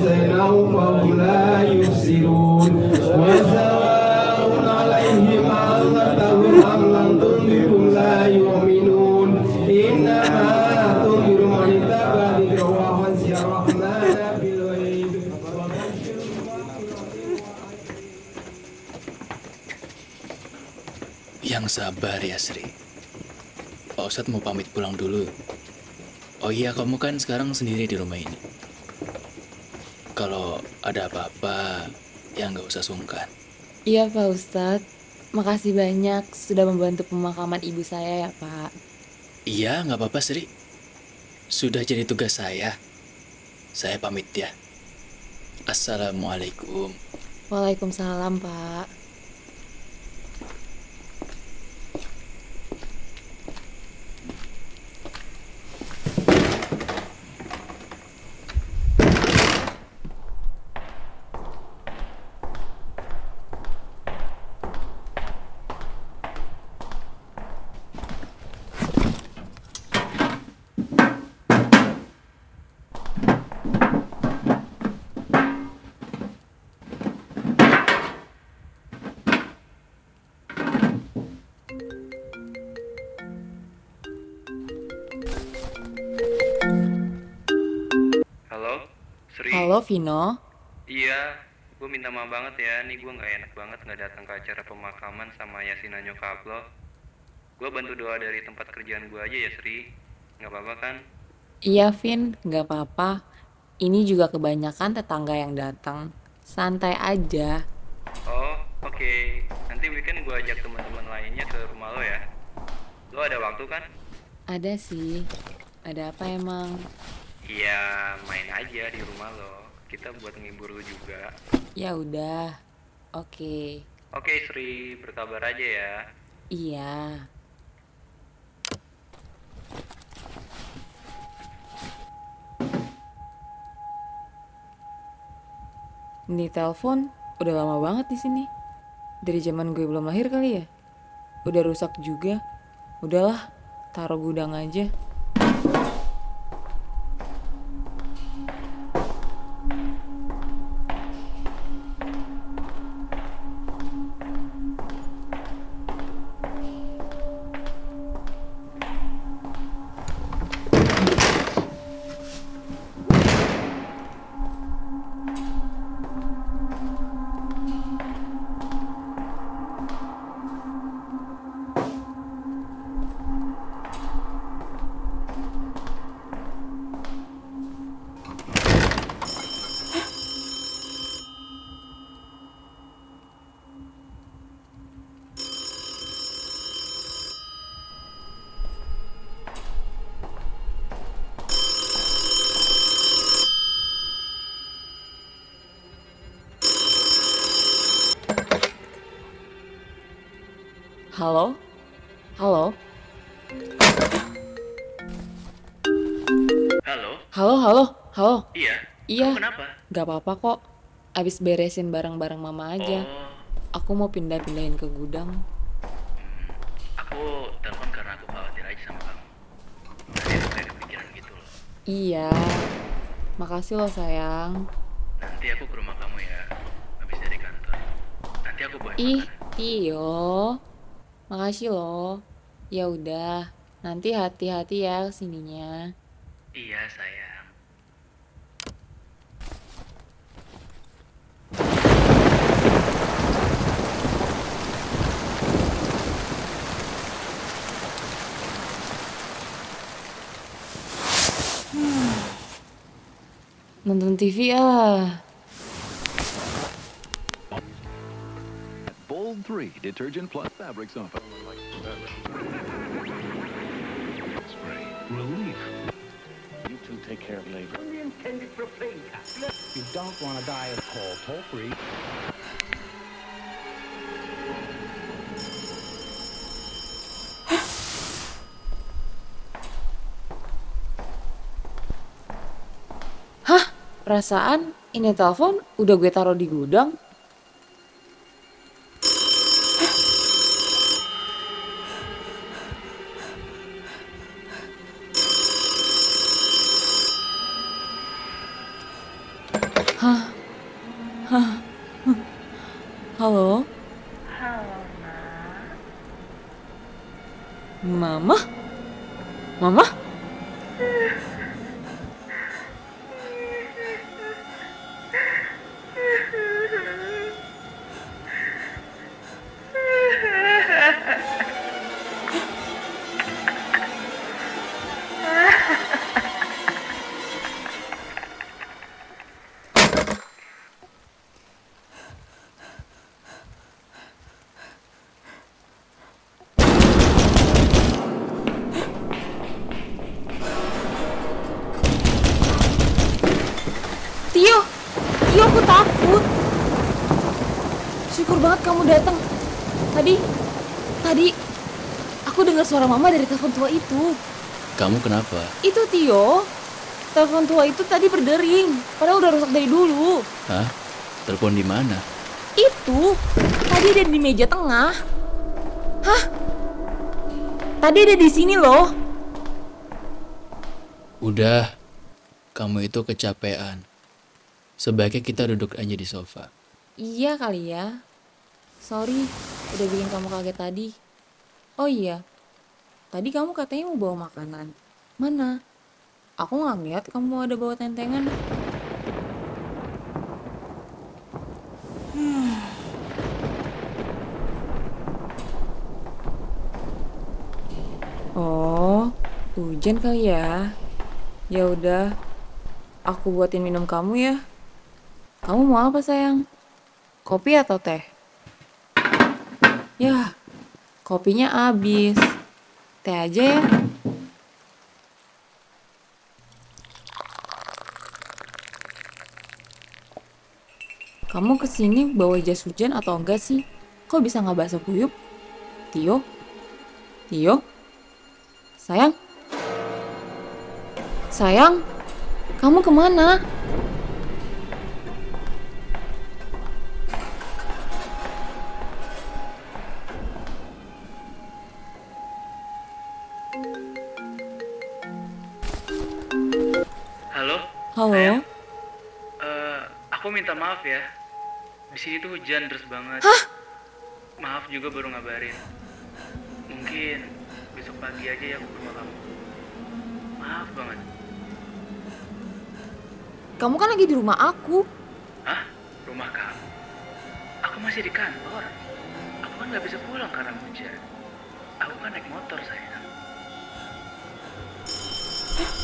عصيناه فهم لا يبصرون وسواء عليهم أنذرتهم أم لم تنذرهم لا يؤمنون إنما تنذر من اتبع ذكر وخشي الرحمن بالغيب. Yang sabar ya Sri. Pak Ustadz mau pamit pulang dulu. Oh iya, kamu kan sekarang sendiri di rumah ini. Kalau ada apa-apa, ya nggak usah sungkan. Iya Pak Ustadz, makasih banyak sudah membantu pemakaman ibu saya ya Pak. Iya, nggak apa-apa Sri. Sudah jadi tugas saya. Saya pamit ya. Assalamualaikum. Waalaikumsalam Pak. Halo, Sri. Halo Vino. Iya, gue minta maaf banget ya. Nih gue nggak enak banget nggak datang ke acara pemakaman sama Yasina nyokap lo. Gue bantu doa dari tempat kerjaan gue aja ya, Sri. Nggak apa-apa kan? Iya Vin, nggak apa-apa. Ini juga kebanyakan tetangga yang datang. Santai aja. Oh, oke. Nanti weekend gue ajak teman-teman lainnya ke rumah lo ya. Lo ada waktu kan? Ada sih. Ada apa emang? Iya, main aja di rumah lo. Kita buat ngibur lo juga. Ya udah. Oke. Oke, Sri. Berkabar aja ya. Iya. Ini telepon udah lama banget di sini. Dari zaman gue belum lahir kali ya. Udah rusak juga. Udahlah, taruh gudang aja. Halo? Halo? Halo? Halo, halo, halo. Iya. Iya, Kamu kenapa? gak apa-apa kok. Abis beresin barang-barang mama aja. Oh, Aku mau pindah-pindahin ke gudang. aku telepon karena aku khawatir aja sama kamu. Tadi aku kayak kepikiran gitu loh. Iya, makasih loh sayang. Nanti aku ke rumah kamu ya, habis dari kantor. Nanti aku bawain Ih, makanan. iyo. Makasih loh. Ya udah, nanti hati-hati ya kesininya. Iya sayang. Nonton TV ah. Bold 3 detergent plus fabric softener. Spray. Relief. You two take care of labor. Only intended for a plane capsule. You don't want to die of cold. Toll free. Hah? Perasaan ini telepon udah gue taruh di gudang. Halo? Halo, Nak. Mama? Mama? Tio, aku takut. Syukur banget kamu datang. Tadi aku dengar suara mama dari telepon tua itu. Kamu kenapa? Itu Tio, telepon tua itu tadi berdering, padahal udah rusak dari dulu. Hah? Telepon di mana? Itu, tadi ada di meja tengah. Hah? Tadi ada di sini loh. Udah, kamu itu kecapean. Sebaiknya kita duduk aja di sofa. Iya kali ya. Sorry, udah bikin kamu kaget tadi. Oh iya, tadi kamu katanya mau bawa makanan. Mana? Aku nggak ngeliat kamu ada bawa tentengan. Oh, hujan kali ya. Ya udah, aku buatin minum kamu ya. Kamu mau apa sayang? Kopi atau teh? Yah, kopinya habis. Teh aja ya. Kamu kesini bawa jas hujan atau enggak sih? Kok bisa nggak basah kuyup? Tio? Tio? Sayang? Sayang? Kamu kemana? Halo? Halo? Sayang? Aku minta maaf ya. Di sini tuh hujan deras banget. Hah? Maaf juga baru ngabarin. Mungkin besok pagi aja ya aku ke rumah kamu. Maaf banget. Kamu kan lagi di rumah aku. Hah? Rumah kamu? Aku masih di kantor. Aku kan nggak bisa pulang karena hujan. Aku kan naik motor sayang.